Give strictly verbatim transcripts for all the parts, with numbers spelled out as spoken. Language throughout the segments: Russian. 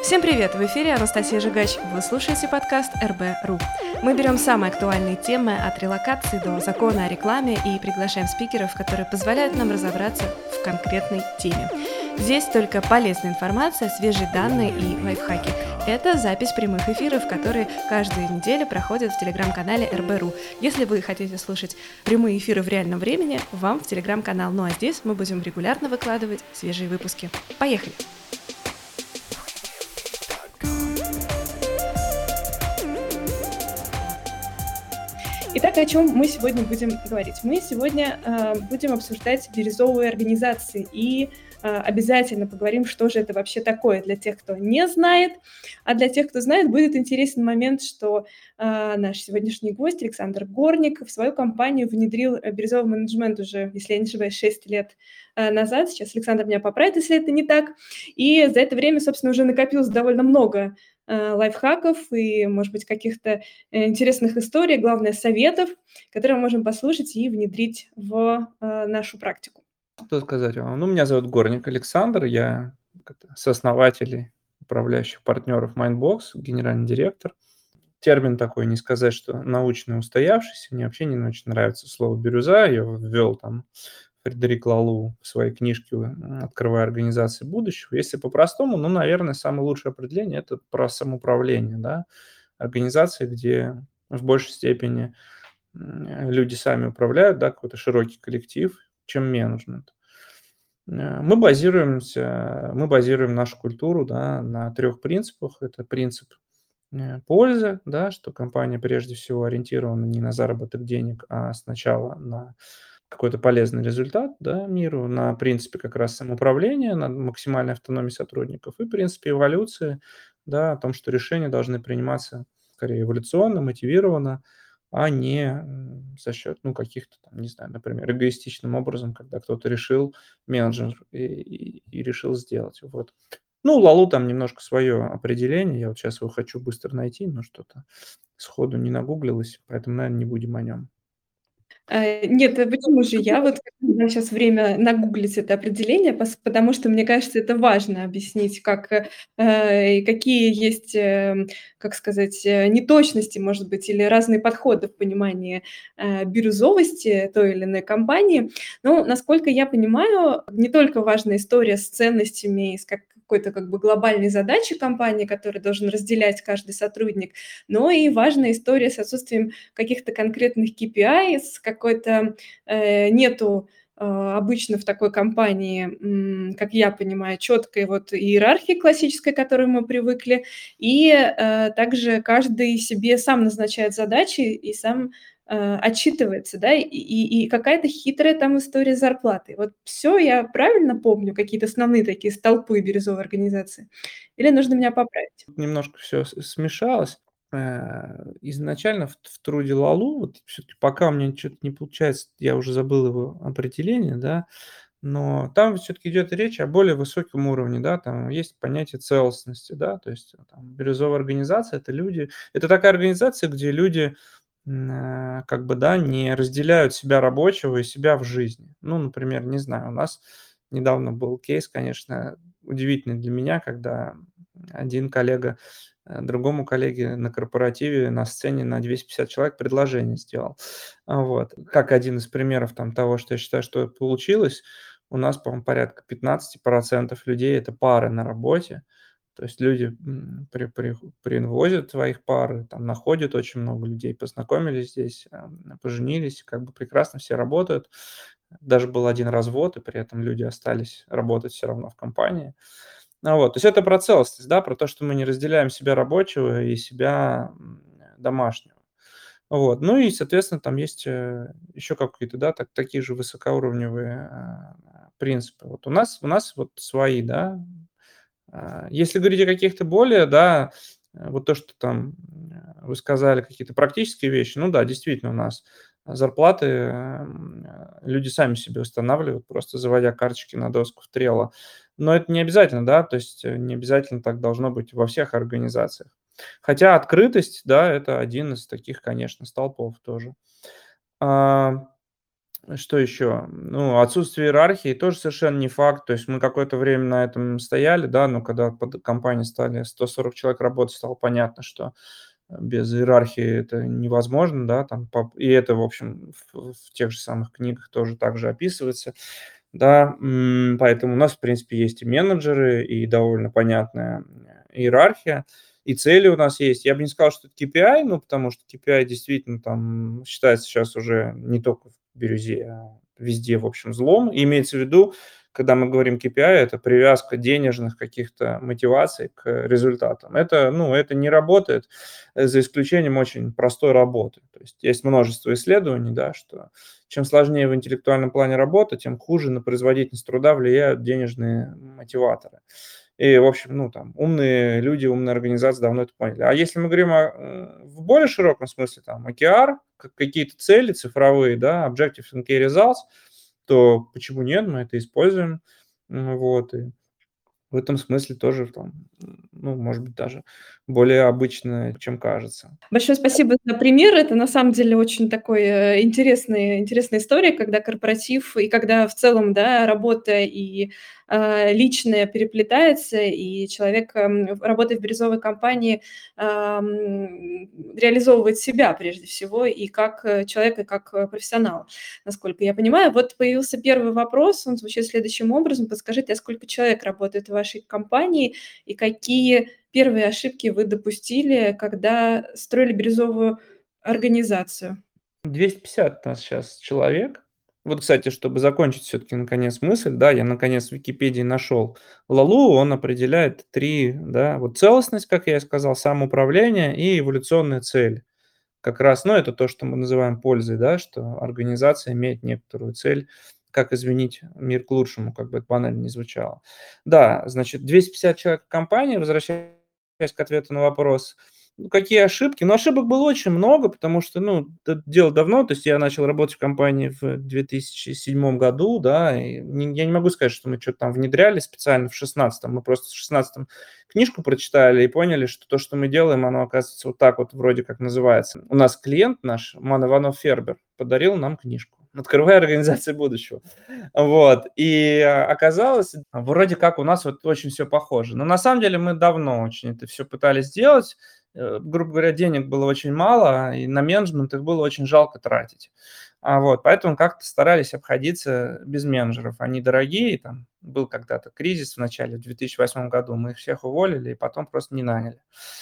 Всем привет! В эфире Анастасия Жигач. Вы слушаете подкаст эр бэ.ру. Мы берем самые актуальные темы от релокации до закона о рекламе и приглашаем спикеров, которые позволяют нам разобраться в конкретной теме. Здесь только полезная информация, свежие данные и лайфхаки. Это запись прямых эфиров, которые каждую неделю проходят в телеграм-канале эр бэ.ру. Если вы хотите слушать прямые эфиры в реальном времени, вам в телеграм-канал. Ну а здесь мы будем регулярно выкладывать свежие выпуски. Поехали! Итак, о чем мы сегодня будем говорить? Мы сегодня э, будем обсуждать бирюзовые организации и э, обязательно поговорим, что же это вообще такое для тех, кто не знает. А для тех, кто знает, будет интересен момент, что э, наш сегодняшний гость Александр Горник в свою компанию внедрил бирюзовый менеджмент уже, если я не ошибаюсь, шесть лет э, назад. Сейчас Александр меня поправит, если это не так. И за это время, собственно, уже накопилось довольно много лайфхаков и, может быть, каких-то интересных историй, главное, советов, которые мы можем послушать и внедрить в нашу практику. Что сказать вам? Ну, меня зовут Горник Александр, я сооснователь и управляющих партнеров Mindbox, генеральный директор. Термин такой, не сказать, что научно устоявшийся, мне вообще не очень нравится слово «бирюза», я ввел там Фредерик Лалу в своей книжке «Открывая организации будущего». Если по-простому, ну, наверное, самое лучшее определение – это про самоуправление, да, организации, где в большей степени люди сами управляют, да, какой-то широкий коллектив, чем менеджмент. Мы базируемся, мы базируем нашу культуру, да, на трех принципах. Это принцип пользы, да, что компания прежде всего ориентирована не на заработок денег, а сначала на какой-то полезный результат, да, миру, на принципе как раз самоуправления, на максимальной автономии сотрудников и принципе эволюции, да, о том, что решения должны приниматься скорее эволюционно, мотивированно, а не за счет, ну, каких-то там, не знаю, например, эгоистичным образом, когда кто-то решил, менеджер, и, и, и решил сделать. Вот. Ну, у Лалу там немножко свое определение, я вот сейчас его хочу быстро найти, но что-то сходу не нагуглилось, поэтому, наверное, не будем о нем. Нет, почему же? Я вот сейчас время нагуглить это определение, пос потому что, мне кажется, это важно объяснить, как, э, какие есть, э, как сказать, э, неточности, может быть, или разные подходы в понимании, э, бирюзовости той или иной компании. Но, насколько я понимаю, не только важна история с ценностями и с как какой-то как бы глобальной задачей компании, которую должен разделять каждый сотрудник, но и важная история с отсутствием каких-то конкретных кей пи ай, с какой-то э, нету э, обычно в такой компании, м, как я понимаю, четкой вот иерархии классической, к которой мы привыкли, и э, также каждый себе сам назначает задачи и сам э, отчитывается, да, и, и, и какая-то хитрая там история с зарплатой. Вот все я правильно помню, какие-то основные такие столпы бирюзовой организации? Или нужно меня поправить? Немножко все смешалось. Э, изначально в в труде Лалу, вот всё-таки пока у меня чё-то не получается, я уже забыл его определение, да, но там все-таки идет речь о более высоком уровне, да, там есть понятие целостности, да, то есть там бирюзовая организация – это люди, это такая организация, где люди, м, э, как бы, да, не разделяют себя рабочего и себя в жизни. Ну, например, не знаю, у нас недавно был кейс, конечно, удивительный для меня, когда один коллега э, другому коллеге на корпоративе на сцене на двести пятьдесят человек предложение сделал. А, вот. Как один из примеров там того, что я считаю, что получилось, у нас, по-моему, порядка пятнадцать процентов людей – это пары на работе. То есть люди м, при, при, привозят своих пар, там находят очень много людей, познакомились здесь, ам, поженились, как бы прекрасно все работают. Даже был один развод, и при этом люди остались работать все равно в компании. А, вот, то есть это про целостность, да, про то, что мы не разделяем себя рабочего и себя м, домашнего. Вот. Ну и, соответственно, там есть э, еще какие-то, да, так, такие же высокоуровневые э, принципы. Вот у нас, у нас вот свои, да. А, Если говорить о каких-то более, да, э, вот то, что там э, вы сказали, какие-то практические вещи, ну да, действительно, у нас зарплаты м, э, люди сами себе устанавливают, просто заводя карточки на доску в Trello. Но это не обязательно, да, то есть э, не обязательно так должно быть во всех организациях. Хотя открытость, да, это один из таких, конечно, столпов тоже. А, Что еще? Ну, отсутствие иерархии тоже совершенно не факт. То есть мы какое-то время на этом стояли, да, но когда под компанией стали сто сорок человек работать, стало понятно, что э, без иерархии это невозможно, да, там, поп- и это, в общем, в, в тех же самых книгах тоже так же описывается, да, м, поэтому у нас, в принципе, есть и менеджеры, и довольно понятная э, иерархия, и цели у нас есть. Я бы не сказал, что это K P I, ну, потому что K P I действительно там считается сейчас уже не только в бирюзе, а везде, в общем, злом. И имеется в виду, когда мы говорим K P I, это привязка денежных каких-то мотиваций к результатам. Это, ну, это не работает, э, за исключением очень простой работы. То есть есть множество исследований, да, что чем сложнее в интеллектуальном плане работа, тем хуже на производительность труда влияют денежные мотиваторы. И, в общем, ну, там, умные люди, умные организации давно это поняли. А если мы говорим о, э, в более широком смысле, там, о K R, как какие-то цели цифровые, да, Objectives and Key Results, то почему нет, мы это используем. М, Вот, и в этом смысле тоже, там, м, ну, может быть, даже более обычно, чем кажется. Большое спасибо за пример. Это на самом деле очень такой, э, интересный интересная история, когда корпоратив и когда в целом, да, работа и, а, личное переплетается, и человек, эм, работая в бирюзовой компании, ам, реализовывает себя прежде всего и как, э, человек, и как, э, профессионал, насколько я понимаю. Вот появился первый вопрос, он звучит следующим образом: подскажите, а сколько человек работает в вашей компании и какие первые ошибки вы допустили, когда строили бирюзовую организацию? двести пятьдесят у нас сейчас человек. Вот, кстати, чтобы закончить все-таки наконец мысль, да, я наконец в Википедии нашел. Лалу, он определяет три, да, вот целостность, как я и сказал, самоуправление и эволюционная цель. Как раз, ну, это то, что мы называем пользой, да, что организация имеет некоторую цель, как изменить мир к лучшему, как бы это банально не звучало. Да, значит, двести пятьдесят человек в компании, возвращаясь к ответу на вопрос, ну, какие ошибки? Ну, ошибок было очень много, потому что, ну, это дело давно, то есть я начал работать в компании в две тысячи седьмом году, да, и не- я не могу сказать, что мы что-то там внедряли специально в шестнадцатом, мы просто в шестнадцатом книжку прочитали и поняли, что то, что мы делаем, оно, оказывается, вот так вот вроде как называется. У нас клиент наш, Ман Иванов Фербер, подарил нам книжку «Открывая организации будущего». Вот. И а, оказалось, вроде как у нас вот очень все похоже. Но на самом деле мы давно очень это все пытались сделать. Э, Грубо говоря, денег было очень мало, и на менеджмент их было очень жалко тратить. А вот, поэтому как-то старались обходиться без менеджеров. Они дорогие, там был когда-то кризис в начале, в две тысячи восьмом году, мы их всех уволили и потом просто не наняли.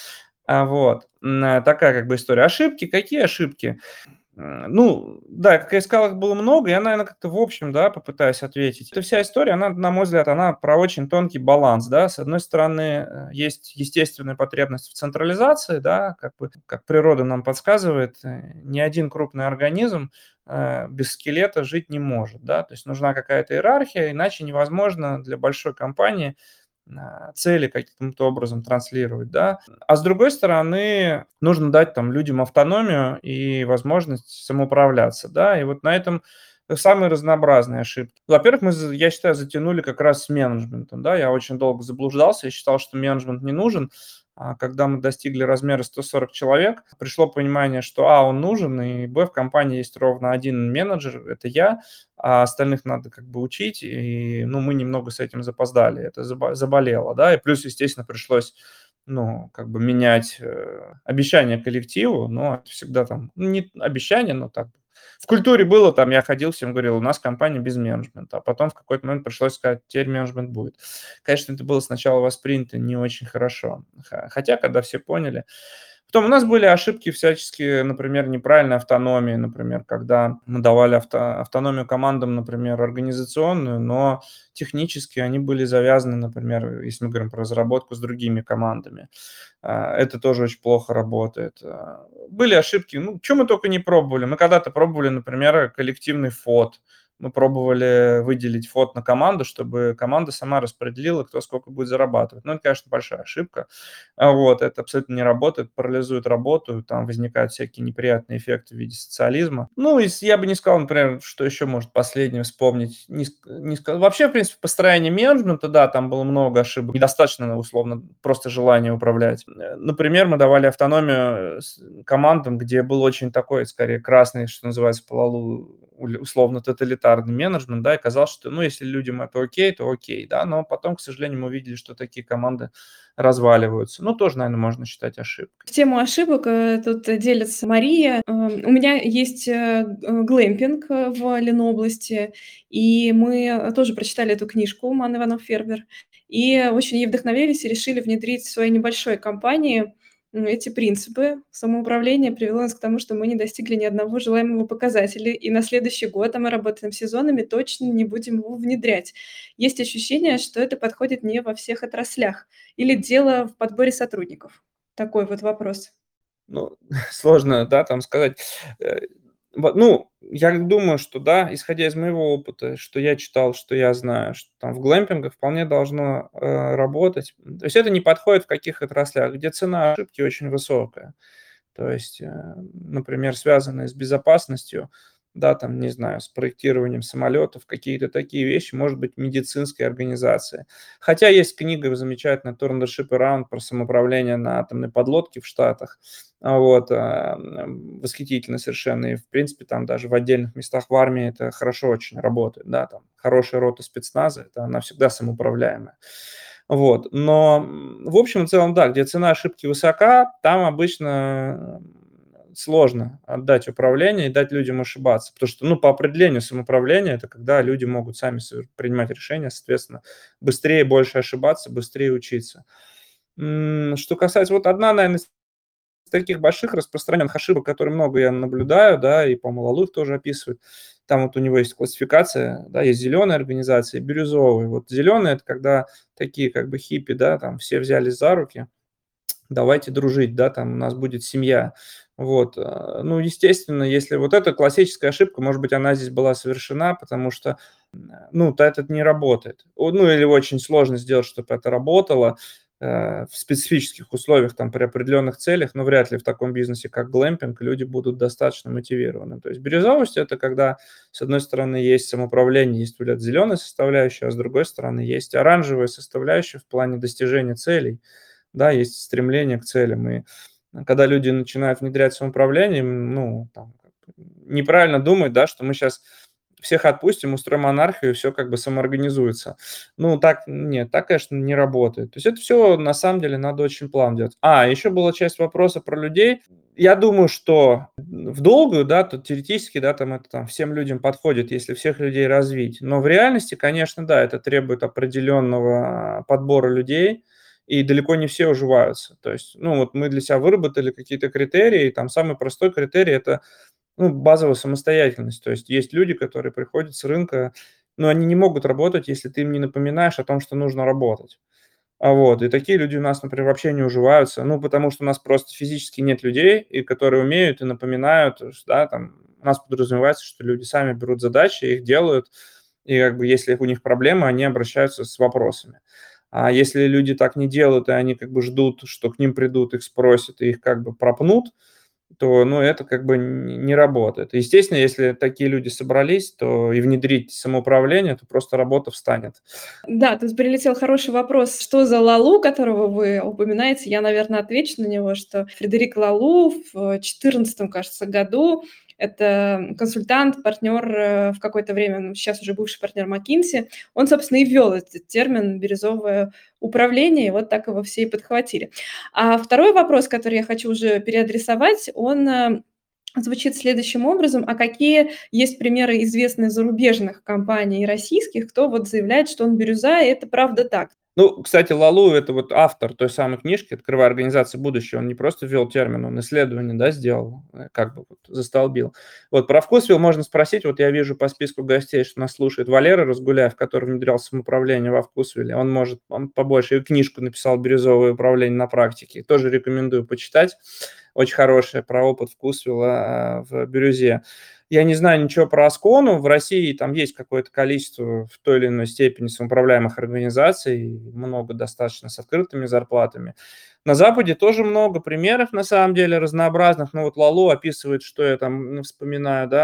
А вот, м, а, такая как бы история. Ошибки, какие ошибки? М, ну да, как я сказал, их было много. Я, наверное, как-то в общем, да, попытаюсь ответить. Эта вся история, она, на мой взгляд, она про очень тонкий баланс, да. С одной стороны, э, есть естественная потребность в централизации, да, как бы, как природа нам подсказывает, э, ни один крупный организм, э, без скелета жить не может, да. То есть нужна какая-то иерархия, иначе невозможно для большой компании, а, цели каким-то образом транслировать, да. А с другой стороны, нужно дать там людям автономию и возможность самоуправляться, да. И вот на этом самые разнообразные ошибки. Во-первых, мы, за- я считаю, затянули как раз с менеджментом, да. Я очень долго заблуждался, я считал, что менеджмент не нужен. А когда мы достигли размера сто сорок человек, пришло понимание, что а, он нужен, и б, в компании есть ровно один менеджер, это я, а остальных надо как бы учить, и, ну, мы немного с этим запоздали, это заба заболело, да. И плюс, естественно, пришлось, ну, как бы менять, э, обещания коллективу, но это всегда там, ну, не обещание, но так в культуре было, там я ходил, всем говорил: "У нас компания без менеджмента". А потом в какой-то момент пришлось сказать: "Теперь менеджмент будет". Конечно, это было сначала воспринято не очень хорошо, ха хотя, когда все поняли. Потом у нас были ошибки всяческие, например, неправильная автономия, например, когда мы давали авто автономию командам, например, организационную, но технически они были завязаны, например, если мы говорим про разработку, с другими командами. А, это тоже очень плохо работает. А, были ошибки, ну, чё мы только не пробовали. Мы когда-то пробовали, например, коллективный фот. Мы пробовали выделить фот на команду, чтобы команда сама распределила, кто сколько будет зарабатывать. Ну, это, конечно, большая ошибка. А, вот, это абсолютно не работает, парализует работу, там возникают всякие неприятные эффекты в виде социализма. Ну, и с я бы не сказал, например, что еще может последнее вспомнить. Не ск не ска Вообще, в принципе, построение менеджмента, да, там было много ошибок. Недостаточно, условно, просто желания управлять. Э, например, мы давали автономию, э, с командам, где был очень такой, скорее, красный, что называется, пололу уль условно тоталитарный менеджмент, да, и казалось, что, ну, если людям это окей, то окей, да. Но потом, к сожалению, мы увидели, что такие команды разваливаются. Ну, тоже, наверно, можно считать ошибкой. В тему ошибок, э, тут делится Мария. Э, у меня есть, э, г глэмпинг, э, в Ленобласти, и мы тоже прочитали эту книжку "Ман Иванов Фербер", и очень ей вдохновились, и решили внедрить в своей небольшой компании, м, эти принципы. Самоуправление привело нас к тому, что мы не достигли ни одного желаемого показателя, и на следующий год, а мы работаем сезонами, точно не будем его внедрять. Есть ощущение, что это подходит не во всех отраслях. Или дело в подборе сотрудников? Такой вот вопрос. Ну, сложно, да, там сказать. Э, вот, ну, я думаю, что да, исходя из моего опыта, что я читал, что я знаю, что там в глэмпингах вполне должно, э, работать. То есть это не подходит в каких отраслях, где цена ошибки очень высокая. То есть, э, например, связанные с безопасностью, да, там, не знаю, с проектированием самолетов, какие-то такие вещи, может быть, медицинские организации. Хотя есть книга замечательная "Turn the Ship Around" про самоуправление на атомной подлодке в Штатах. А, вот, а, м, восхитительно совершенно. И, в принципе, там даже в отдельных местах в армии это хорошо очень работает, да, там. Хорошая рота спецназа- это она всегда самоуправляемая. Вот, но, м, в общем и целом, да, где цена ошибки высока, там обычно, м, сложно отдать управление и дать людям ошибаться. Потому что, ну, по определению самоуправление- это когда люди могут сами совер принимать решения, соответственно, быстрее и больше ошибаться, быстрее учиться. М, что касается вот одна, наверно, из таких больших распространенных ошибок, которые много я наблюдаю, да, и, по-моему, Лалу их тоже описывает. Там вот у него есть классификация, да, есть зеленые организации, бирюзовые. Вот зеленые- это когда такие как бы хиппи, да, там все взялись за руки: "Давайте дружить, да, там у нас будет семья". Вот, э, ну, естественно, если вот эта классическая ошибка, может быть, она здесь была совершена, потому что, м, ну, так это не работает. О, ну, или очень сложно сделать, чтоб это работало, э, в специфических условиях, там, при определенных целях, но вряд ли в таком бизнесе, как глэмпинг, люди будут достаточно мотивированы. То есть бирюзовость- это когда, с одной стороны, есть самоуправление, есть вот эта зеленая составляющая, а с другой стороны, есть оранжевая составляющая в плане достижения целей. Да, есть стремление к целям. И когда люди начинают внедрять самоуправление, м, ну, там, как бы неправильно думать, да, что мы щас всех отпустим, устроим анархию, и всё как бы самоорганизуется. Ну, так нет, так, конечно, не работает. То есть это всё на самом деле надо очень плавно делать. А, еще была часть вопроса про людей. Я думаю, что в долгую, да, то теоретически, да, там это там всем людям подходит, если всех людей развить. Но в реальности, конечно, да, это требует определенного подбора людей, и далеко не все уживаются. То есть, ну, вот мы для себя выработали какие-то критерии, и там самый простой критерий- это, ну, базовая самостоятельность. То есть есть люди, которые приходят с рынка, но они не могут работать, если ты им не напоминаешь о том, что нужно работать. А, вот, и такие люди у нас, например, вообще не уживаются. Ну, потому что у нас просто физически нет людей, и которые умеют и напоминают, ш да, там. У нас подразумевается, что люди сами берут задачи, их делают, и как бы если у них проблемы, они обращаются с вопросами. А если люди так не делают, и они как бы ждут, что к ним придут, их спросят и их как бы пропнут, то, ну, это как бы н не работает. Естественно, если такие люди собрались, то и внедрить самоуправление, то просто работа встанет. Да, тут прилетел хороший вопрос: что за Лалу, которого вы упоминаете? Я, наверно, отвечу на него, что Фредерик Лалу в четырнадцатом, кажется, году- это консультант, партнер, э, в какое-то время, ну, щас уже бывший партнер "Маккинзи". Он, собственно, и ввел этот термин "бирюзовое управление", и вот так его все и подхватили. А второй вопрос, который я хочу уже переадресовать, он, э, звучит следующим образом: а какие есть примеры известных зарубежных компаний и российских, кто вот заявляет, что он бирюза, и это правда так? Ну, кстати, Лалу- это вот автор той самой книжки "Открывая организации будущего". Он не просто ввел термин, он исследование, да, сделал, э, как бы вот застолбил. Вот про вкусвилл можно спросить. Вот я вижу по списку гостей, что нас слушает Валера Разгуляев, который внедрял самоуправление во вкусвилле. Он может он побольше. И книжку написал "Бирюзовое управление на практике". Тоже рекомендую почитать. Очень хорошая про опыт вкусвилла, а, в бирюзе. Я не знаю ничего про Аскону. В России там есть какое-то количество в той или иной степени самоуправляемых организаций, много достаточно с открытыми зарплатами. На Западе тоже много примеров, на самом деле, разнообразных. Ну, вот Лалу описывает, что я там, ну, вспоминаю, да.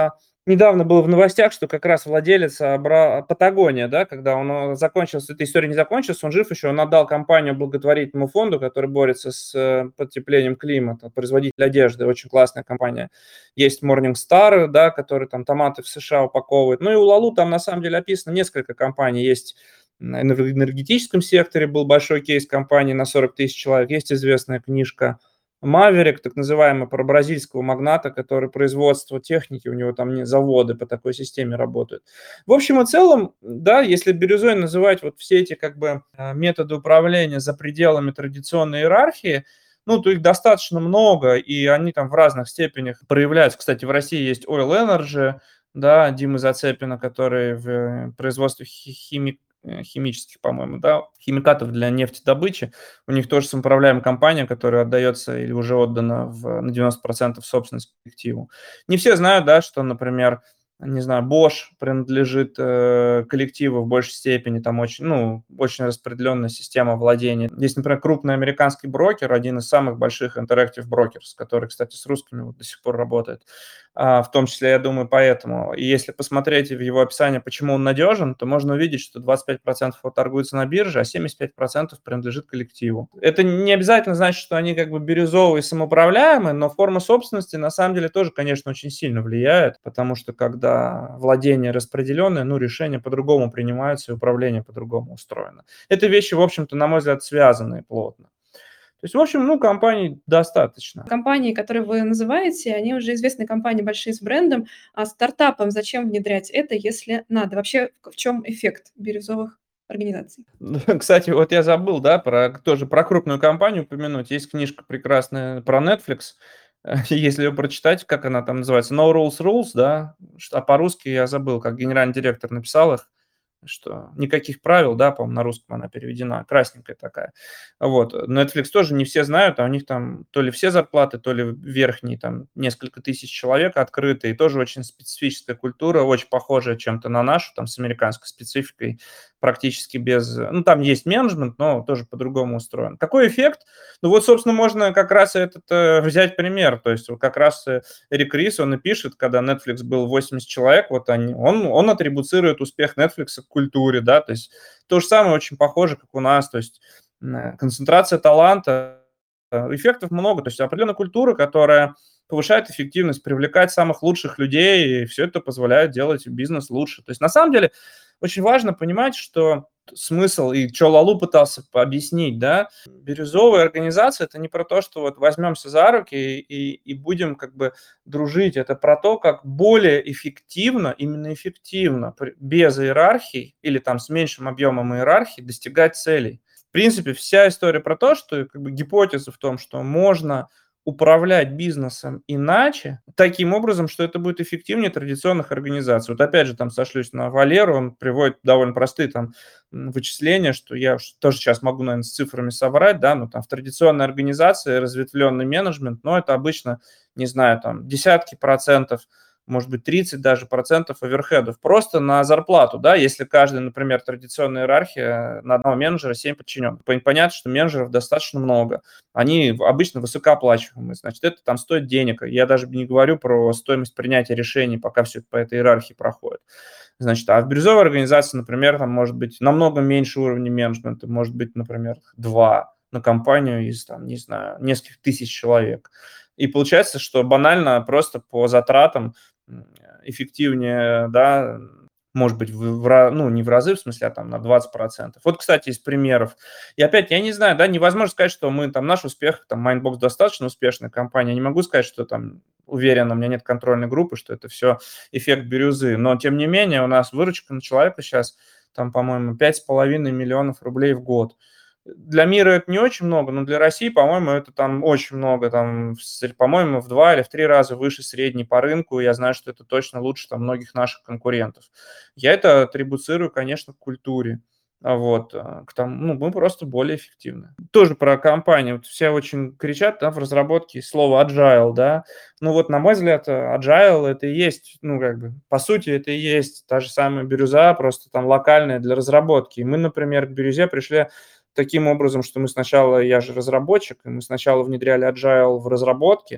Недавно было в новостях, что как раз владелец обра Патагония, да, когда он, э, закончился, эта история не закончилась, он жив еще, он отдал компанию благотворительному фонду, который борется с, э, потеплением климата, производитель одежды, очень классная компания. Есть Morningstar, да, который там томаты в США упаковывает. Ну и у Лалу там на самом деле описано несколько компаний. Есть н в энергетическом секторе был большой кейс компании на сорок тысяч человек, есть известная книжка Maverick, так называемый, про бразильского магната, который производство техники, у него там не заводы по такой системе работают. В общем и целом, да, если бирюзой называть вот все эти как бы э, методы управления за пределами традиционной иерархии, ну, то их достаточно много, и они там в разных степенях проявляются. Кстати, в России есть Oil Energy, да, Димы Зацепина, который в э, производстве хи- хими- э, химических, по-моему, да, химикатов для нефтедобычи. У них тоже самоуправляемая компания, которая отдается или уже отдана в, на девяносто процентов собственность коллективу. Не все знают, да, что, например, не знаю, Bosch принадлежит э, коллективу в большей степени, там очень, ну, очень распределенная система владения. Есть, например, крупный американский брокер, один из самых больших Interactive Brokers, который, кстати, с русскими вот до сих пор работает. А, в том числе, я думаю, поэтому. И если посмотреть в его описание, почему он надежен, то можно увидеть, что двадцать пять процентов его торгуется на бирже, а семьдесят пять процентов принадлежит коллективу. Это не обязательно значит, что они как бы бирюзовые и самоуправляемые, но форма собственности на самом деле тоже, конечно, очень сильно влияет, потому что когда владение распределенное, ну, решения по-другому принимаются и управление по-другому устроено. Это вещи, в общем-то, на мой взгляд, связанные плотно. То есть, в общем, ну, компаний достаточно. Компании, которые вы называете, они уже известные компании, большие с брендом. А стартапам зачем внедрять это, если надо? Вообще, в чем эффект бирюзовых организаций? Ну, кстати, вот я забыл, да, про тоже про крупную компанию упомянуть. Есть книжка прекрасная про Netflix. Э, если ее прочитать, как она там называется? No Rules Rules, да, ш а по-русски я забыл, как генеральный директор написал их, что никаких правил, да, по-моему, на русском она переведена, красненькая такая. Вот. Netflix тоже не все знают, а у них там то ли все зарплаты, то ли верхние, там несколько тысяч человек открыты, и тоже очень специфическая культура, очень похожая чем-то на нашу, там с американской спецификой, практически без... Ну, там есть менеджмент, но тоже по-другому устроен. Какой эффект? Ну, вот, собственно, можно как раз этот э, взять пример. То есть вот как раз э, Рик Рис, он и пишет, когда Netflix был восемьдесят человек, вот они, он, он атрибуцирует успех Netflix к культуре, да, то есть то же самое очень похоже, как у нас, то есть м, концентрация таланта, э, эффектов много, то есть определенная культура, которая повышает эффективность, привлекает самых лучших людей, и все это позволяет делать бизнес лучше. То есть на самом деле очень важно понимать, что смысл, и что Лалу пытался объяснить, да, бирюзовая организация – это не про то, что вот возьмемся за руки и, и будем как бы дружить. Это про то, как более эффективно, именно эффективно, при- без иерархий или там с меньшим объемом иерархии достигать целей. В принципе, вся история про то, что как бы гипотеза в том, что можно управлять бизнесом иначе, таким образом, что это будет эффективнее традиционных организаций. Вот опять же, там сошлюсь на Валеру, он приводит довольно простые там м, вычисления, что я уж тоже сейчас могу, наверное, с цифрами соврать, да, но там в традиционной организации разветвленный менеджмент, но это обычно, не знаю, там десятки процентов, может быть, тридцать даже процентов оверхедов просто на зарплату, да, если каждый, например, традиционная иерархия на одного менеджера семь подчиненных. Пон- Понятно, что менеджеров достаточно много, они в- обычно высокооплачиваемые, значит, это там стоит денег. Я даже не говорю про стоимость принятия решений, пока все это по этой иерархии проходит. Значит, а в бирюзовой организации, например, там может быть намного меньше уровня менеджмента, может быть, например, два на компанию из, там, не знаю, нескольких тысяч человек. И получается, что банально просто по затратам м, эффективнее, да, может быть, в, в ра- ну, не в разы, в смысле, а там на двадцать процентов. Вот, кстати, из примеров. И опять, я не знаю, да, невозможно сказать, что мы там, наш успех, там, Mindbox достаточно успешная компания. Я не могу сказать, что там, уверен, у меня нет контрольной группы, что это все эффект бирюзы. Но, тем не менее, у нас выручка на человека сейчас, там, по-моему, пять с половиной миллионов рублей в год. Для мира это не очень много, но для России, по-моему, это там очень много, там, в сре- по-моему, в два или в три раза выше средней по рынку. Я знаю, что это точно лучше там многих наших конкурентов. Я это атрибуцирую, конечно, к культуре. А вот, а, к тому, ну, мы просто более эффективны. Тоже про компанию. Вот все очень кричат, да, в разработке слово agile, да. Ну вот, на мой взгляд, э, agile это и есть, ну, как бы, по сути, это и есть та же самая бирюза, просто там локальная для разработки. И мы, например, к бирюзе пришли таким образом, что мы сначала, я же разработчик, и мы сначала внедряли agile в разработке,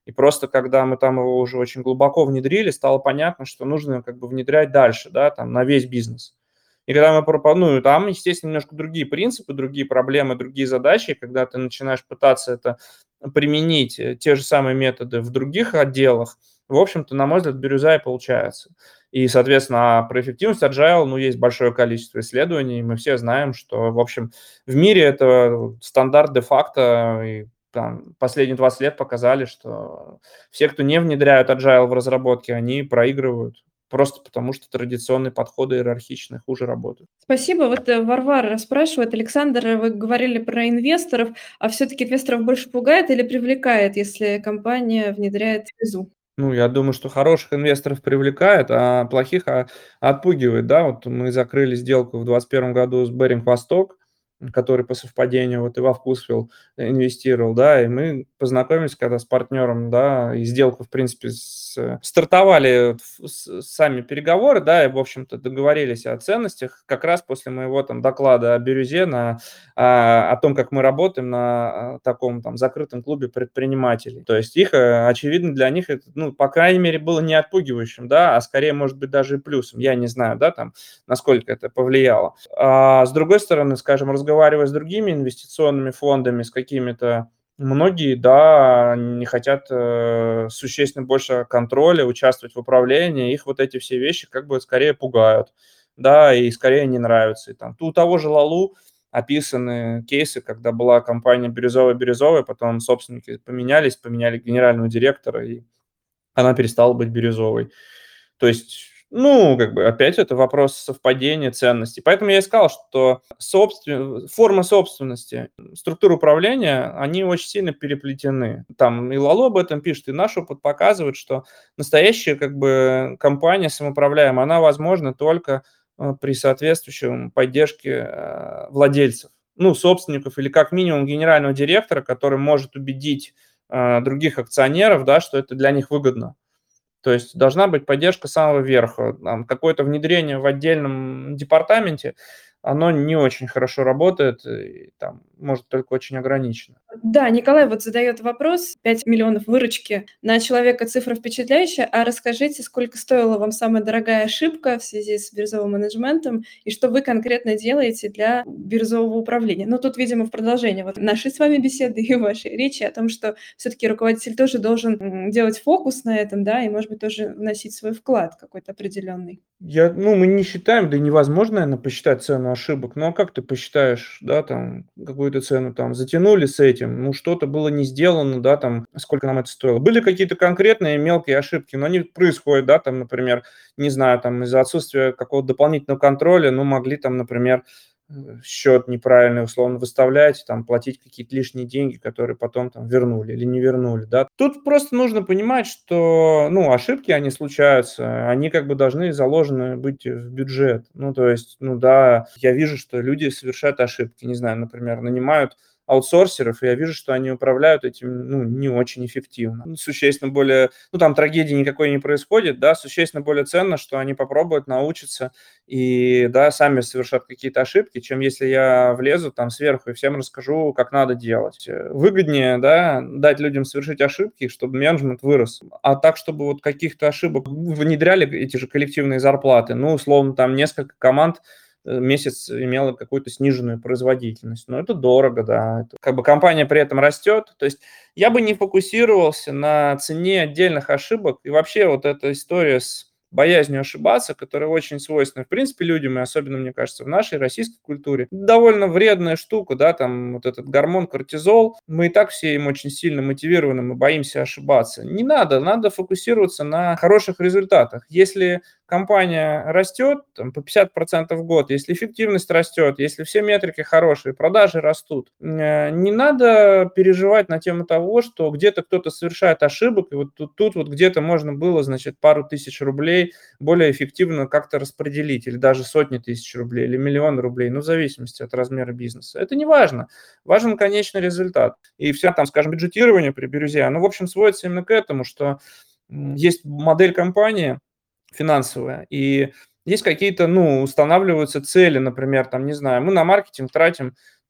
И просто когда мы там его уже очень глубоко внедрили, стало понятно, что нужно как бы внедрять дальше, да, там на весь бизнес. И когда мы пропоную, там, естественно, немножко другие принципы, другие проблемы, другие задачи. Когда ты начинаешь пытаться это применить, э, те же самые методы в других отделах, в общем-то, на мой взгляд, бирюза и получается. И, соответственно, а про эффективность Agile, ну, есть большое количество исследований. Мы все знаем, что, в общем, в мире это стандарт де-факто. И там последние двадцать лет показали, что все, кто не внедряют Agile в разработке, они проигрывают. Просто потому, что традиционные подходы иерархичные хуже работают. Спасибо. Вот э, Варвара спрашивает, Александр, вы говорили про инвесторов, а все-таки инвесторов больше пугает или привлекает, если компания внедряет визу? Ну, я думаю, что хороших инвесторов привлекает, а плохих а, отпугивает, да. Вот мы закрыли сделку в двадцать первом году с Беринг Восток, который по совпадению вот и во Вкусвилл инвестировал, да, и мы познакомились когда с партнером, да, и сделку, в принципе, с- стартовали в- с- сами переговоры, да, и, в общем-то, договорились о ценностях как раз после моего там доклада о бирюзе на а, о том, как мы работаем на а, таком там закрытом клубе предпринимателей. То есть их, э, очевидно, для них это, ну, по крайней мере, было не отпугивающим, да, а скорее, может быть, даже и плюсом. Я не знаю, да, там, насколько это повлияло. А с другой стороны, скажем, разговаривая с другими инвестиционными фондами, с какими-то, многие, да, не хотят э, существенно больше контроля, участвовать в управлении, их вот эти все вещи как бы скорее пугают, да, и скорее не нравятся. И там, у того же Лалу описаны кейсы, когда была компания «Бирюзовая-Бирюзовая», потом собственники поменялись, поменяли генерального директора, и она перестала быть бирюзовой. То есть, ну, как бы опять это вопрос совпадения ценностей. Поэтому я и сказал, что собствен... форма собственности, структура управления, они очень сильно переплетены. Там и Лало об этом пишет, и наш опыт показывает, что настоящая как бы компания самоуправляемая, она возможна только э, при соответствующем поддержке э, владельцев, ну, собственников или как минимум генерального директора, который может убедить э, других акционеров, да, что это для них выгодно. То есть должна быть поддержка с самого верха. Там какое-то внедрение в отдельном департаменте, оно не очень хорошо работает, и там может только очень ограниченно. Да, Николай вот задает вопрос. пять миллионов выручки на человека цифра впечатляющая. А расскажите, сколько стоила вам самая дорогая ошибка в связи с бирюзовым менеджментом и что вы конкретно делаете для бирюзового управления? Ну, тут, видимо, в продолжение вот нашей с вами беседы и вашей речи о том, что все-таки руководитель тоже должен м, делать фокус на этом, да, и, может быть, тоже вносить свой вклад какой-то определенный. Я, ну, мы не считаем, да и невозможно, наверно, посчитать цену ошибок. Ну, а как ты посчитаешь, да, там, какую-то цену там затянули с этим, ну, что-то было не сделано, да, там, сколько нам это стоило. Были какие-то конкретные мелкие ошибки, но они происходят, да, там, например, не знаю, там, из-за отсутствия какого-то дополнительного контроля, ну, могли там, например, э, счет неправильный условно выставлять, там, платить какие-то лишние деньги, которые потом там вернули или не вернули, да. Тут просто нужно понимать, что, ну, ошибки, они случаются, они как бы должны заложены быть в бюджет. Ну, то есть, ну да, я вижу, что люди совершают ошибки, не знаю, например, нанимают аутсорсеров, и я вижу, что они управляют этим, ну, не очень эффективно. Ну, существенно более, ну, там трагедии никакой не происходит, да, существенно более ценно, что они попробуют, научатся и, да, сами совершат какие-то ошибки, чем если я влезу там сверху и всем расскажу, как надо делать. Э, Выгоднее, да, дать людям совершить ошибки, чтобы менеджмент вырос. А так, чтобы вот каких-то ошибок внедряли эти же коллективные зарплаты, ну, условно, там несколько команд э, месяц имела какую-то сниженную производительность. Но это дорого, да. Это, как бы компания при этом растет. То есть я бы не фокусировался на цене отдельных ошибок. И вообще вот эта история с боязнью ошибаться, которая очень свойственна, в принципе, людям, и особенно, мне кажется, в нашей российской культуре, довольно вредная штука, да, там вот этот гормон кортизол, мы и так все им очень сильно мотивированы, мы боимся ошибаться. Не надо, надо фокусироваться на хороших результатах. Если компания растет там, по пятьдесят процентов в год, если эффективность растет, если все метрики хорошие, продажи растут, э, не надо переживать на тему того, что где-то кто-то совершает ошибок, и вот тут, тут вот где-то можно было, значит, пару тысяч рублей более эффективно как-то распределить, или даже сотни тысяч рублей, или миллион рублей, ну, в зависимости от размера бизнеса. Это не важно. Важен конечный результат. И все там, скажем, бюджетирование при бирюзе, оно, в общем, сводится именно к этому, что м, есть модель компании, финансовая. И есть какие-то, ну, устанавливаются цели, например, там, не знаю, мы на маркетинг тратим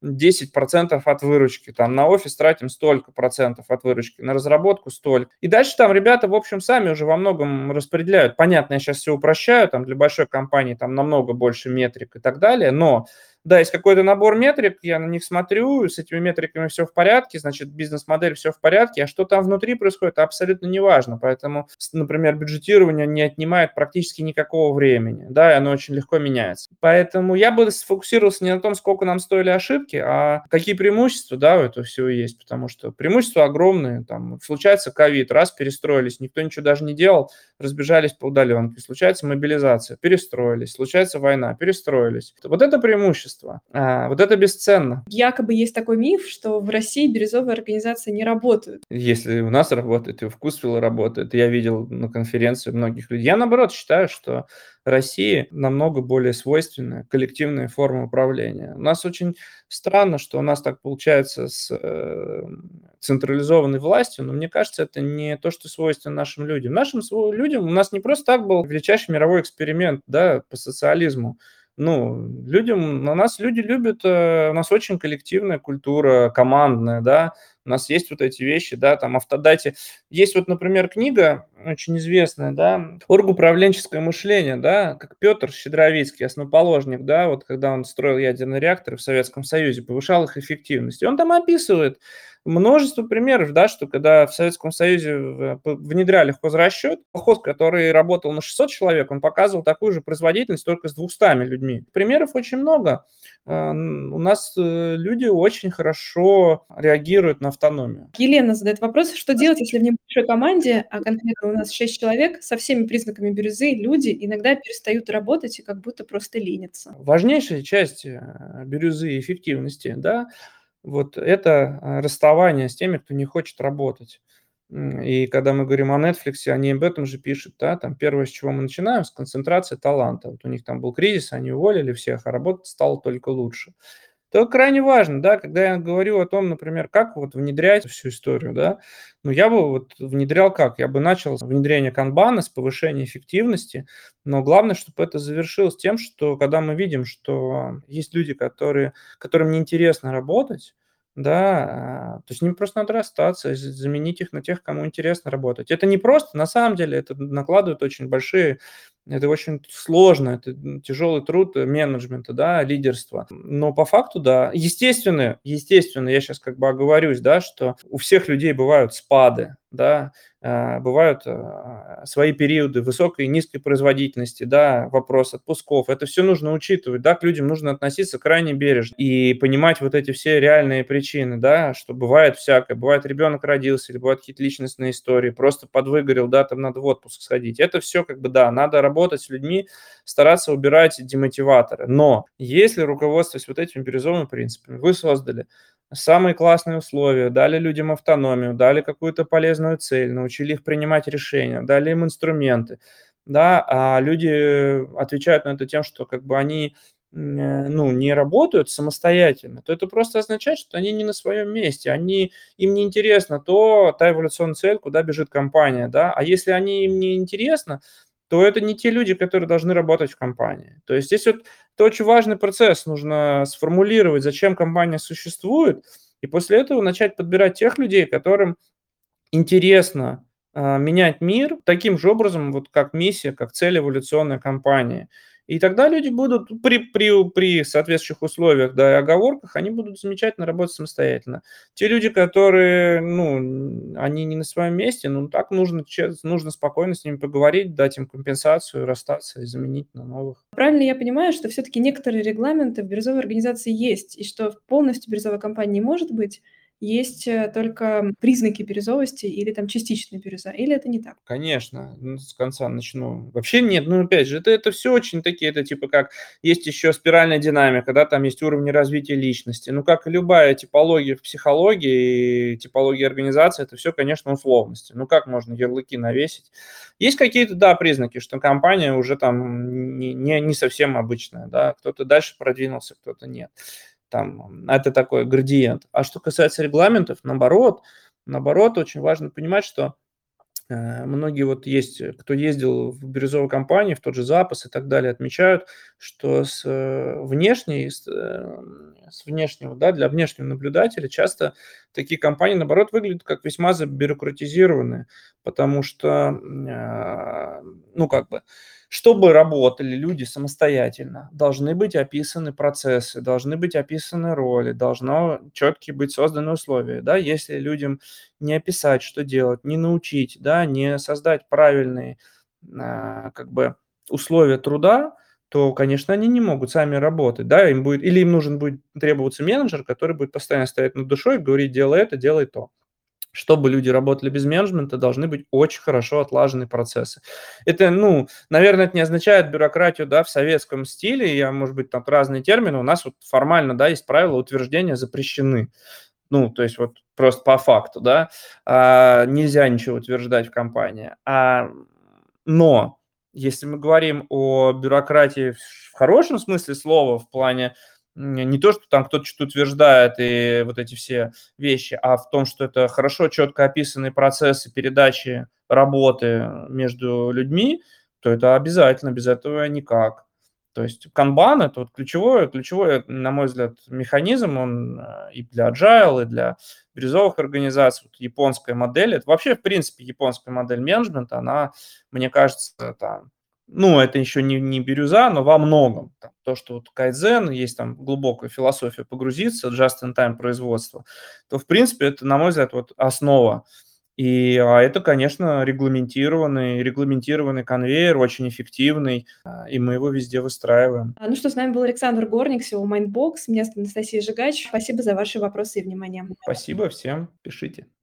десять процентов от выручки, там на офис тратим столько процентов от выручки, на разработку столько. И дальше там ребята, в общем, сами уже во многом распределяют. Понятно, я сейчас все упрощаю, там для большой компании там намного больше метрик и так далее, но да, есть какой-то набор метрик, я на них смотрю, с этими метриками все в порядке, значит, бизнес-модель все в порядке, а что там внутри происходит, абсолютно неважно. Поэтому, например, бюджетирование не отнимает практически никакого времени, да, и оно очень легко меняется. Поэтому я бы сфокусировался не на том, сколько нам стоили ошибки, а какие преимущества, да, у этого всего есть, потому что преимущества огромные, там, случается ковид, раз перестроились, никто ничего даже не делал, разбежались по удаленке, случается мобилизация, перестроились, случается война, перестроились. Вот это преимущество. А, вот это бесценно. Якобы есть такой миф, что в России бирюзовые организации не работают. Если у нас работает, и у Вкусвилла работает, я видел на конференции многих людей. Я, наоборот, считаю, что России намного более свойственны коллективные формы управления. У нас очень странно, что у нас так получается с э, централизованной властью, но мне кажется, это не то, что свойственно нашим людям. Нашим людям у нас не просто так был величайший мировой эксперимент, да, по социализму. Ну, людям, на нас люди любят, э, у нас очень коллективная культура, командная, да, у нас есть вот эти вещи, да, там автодате. Есть вот, например, книга очень известная, да, «Оргуправленческое мышление», да, как Петр Щедровицкий, основоположник, да, вот когда он строил ядерные реакторы в Советском Союзе, повышал их эффективность. И он там описывает множество примеров, да, что когда в Советском Союзе внедряли хозрасчет, колхоз, который работал на шестьсот человек, он показывал такую же производительность только с двумястами людьми. Примеров очень много. У нас люди очень хорошо реагируют на автономию. Елена задает вопрос, что делать, если в небольшой команде, а конкретно у нас шесть человек, со всеми признаками бирюзы, люди иногда перестают работать и как будто просто ленятся. Важнейшая часть бирюзы и эффективности, да, вот это расставание с теми, кто не хочет работать. И когда мы говорим о Netflix, они об этом же пишут, да, там первое, с чего мы начинаем, с концентрации таланта. Вот у них там был кризис, они уволили всех, а работать стало только лучше. Это крайне важно, да, когда я говорю о том, например, как вот внедрять всю историю, да, ну, я бы вот внедрял как? Я бы начал с внедрения канбана, с повышения эффективности, но главное, чтобы это завершилось тем, что когда мы видим, что есть люди, которые, которым неинтересно работать, да, а, то с ними просто надо расстаться, з- заменить их на тех, кому интересно работать. Это не просто, на самом деле, это накладывает очень большие, это очень сложно, это м, тяжелый труд э, менеджмента, да, лидерства. Но по факту, да, естественно, естественно, я сейчас как бы оговорюсь, да, что у всех людей бывают спады, да, а, бывают а, свои периоды высокой и низкой производительности, да, вопрос отпусков. Это все нужно учитывать, да, к людям нужно относиться крайне бережно и понимать вот эти все реальные причины, да, что бывает всякое. Бывает, ребенок родился, или бывают какие-то личностные истории, просто подвыгорел, да, там надо в отпуск сходить. Это все как бы, да, надо работать с людьми, стараться убирать демотиваторы. Но если руководствуясь вот этими бирюзовыми принципами, вы создали самые классные условия, дали людям автономию, дали какую-то полезную цель, научили их принимать решения, дали им инструменты, да, а люди отвечают на это тем, что как бы они м, э, ну, не работают самостоятельно, то это просто означает, что они не на своем месте, они, им не интересно то, та эволюционная цель, куда бежит компания, да, а если они им не интересно, то это не те люди, которые должны работать в компании. То есть здесь вот это очень важный процесс. Нужно сформулировать, зачем компания существует, и после этого начать подбирать тех людей, которым интересно а, менять мир таким же образом, вот как миссия, как цель эволюционной компании. И тогда люди будут при, при, при соответствующих условиях, да, и оговорках, они будут замечательно работать самостоятельно. Те люди, которые, ну, они не на своем месте, ну, так нужно, че- нужно спокойно с ними поговорить, дать им компенсацию, расстаться и заменить на новых. Правильно я понимаю, что все-таки некоторые регламенты в бирюзовой организации есть, и что полностью бирюзовой компании не может быть, есть э, только признаки бирюзовости или там частичная бирюза, или это не так? Конечно, ну, с конца начну. Вообще нет, ну опять же, это, это все очень такие, это типа как есть еще спиральная динамика, да, там есть уровни развития личности. Ну, как и любая типология в психологии и типология организации, это все, конечно, условности. Ну, как можно ярлыки навесить? Есть какие-то, да, признаки, что компания уже там не, не, не совсем обычная, да, кто-то дальше продвинулся, кто-то нет. Там, это такой градиент. А что касается регламентов, наоборот, наоборот, очень важно понимать, что Э, многие вот есть, э, кто ездил в бирюзовые компании, в тот же Запас и так далее, отмечают, что с, э, внешней, с, эм, с внешнего, да, для внешнего наблюдателя часто такие компании, наоборот, выглядят как весьма забюрократизированные, потому что, м, а, ну, как бы, чтобы работали люди самостоятельно, должны быть описаны процессы, должны быть описаны роли, должно четки быть созданы условия, да. Если людям не описать, что делать, не научить, да, не создать правильные, а, как бы условия труда, то, конечно, они не могут сами работать, да, им будет или им нужен будет требоваться менеджер, который будет постоянно стоять над душой и говорить: "Делай это, делай то". Чтобы люди работали без менеджмента, должны быть очень хорошо отлажены процессы. Это, ну, наверное, это не означает бюрократию, да, в советском стиле. Я, может быть, там разные термины. У нас вот формально, да, есть правила утверждения запрещены. Ну, то есть вот просто по факту, да, а, нельзя ничего утверждать в компании. А, но если мы говорим о бюрократии в в хорошем смысле слова, в плане м, не то, что там кто-то что-то утверждает и вот эти все вещи, а в том, что это хорошо, четко описанные процессы передачи работы между людьми, то это обязательно, без этого никак. То есть канбан- это вот ключевой ключевой, на мой взгляд, механизм. Он, э, и для agile, и для бирюзовых организаций. Вот японская модель- это вообще, в принципе, японская модель менеджмента, она, мне кажется, там, ну, это еще не не бирюза, но во многом. Там то, что вот кайдзен, есть там глубокая философия погрузиться, just-in-time производство, то, в принципе, это, на мой взгляд, вот основа. И, а это, конечно, регламентированный регламентированный конвейер, очень эффективный, а, и мы его везде выстраиваем. А, ну что, с нами был Александр Горник, сео Mindbox. Меня зовут Анастасия Жигач. Спасибо за ваши вопросы и внимание. Спасибо всем, пишите.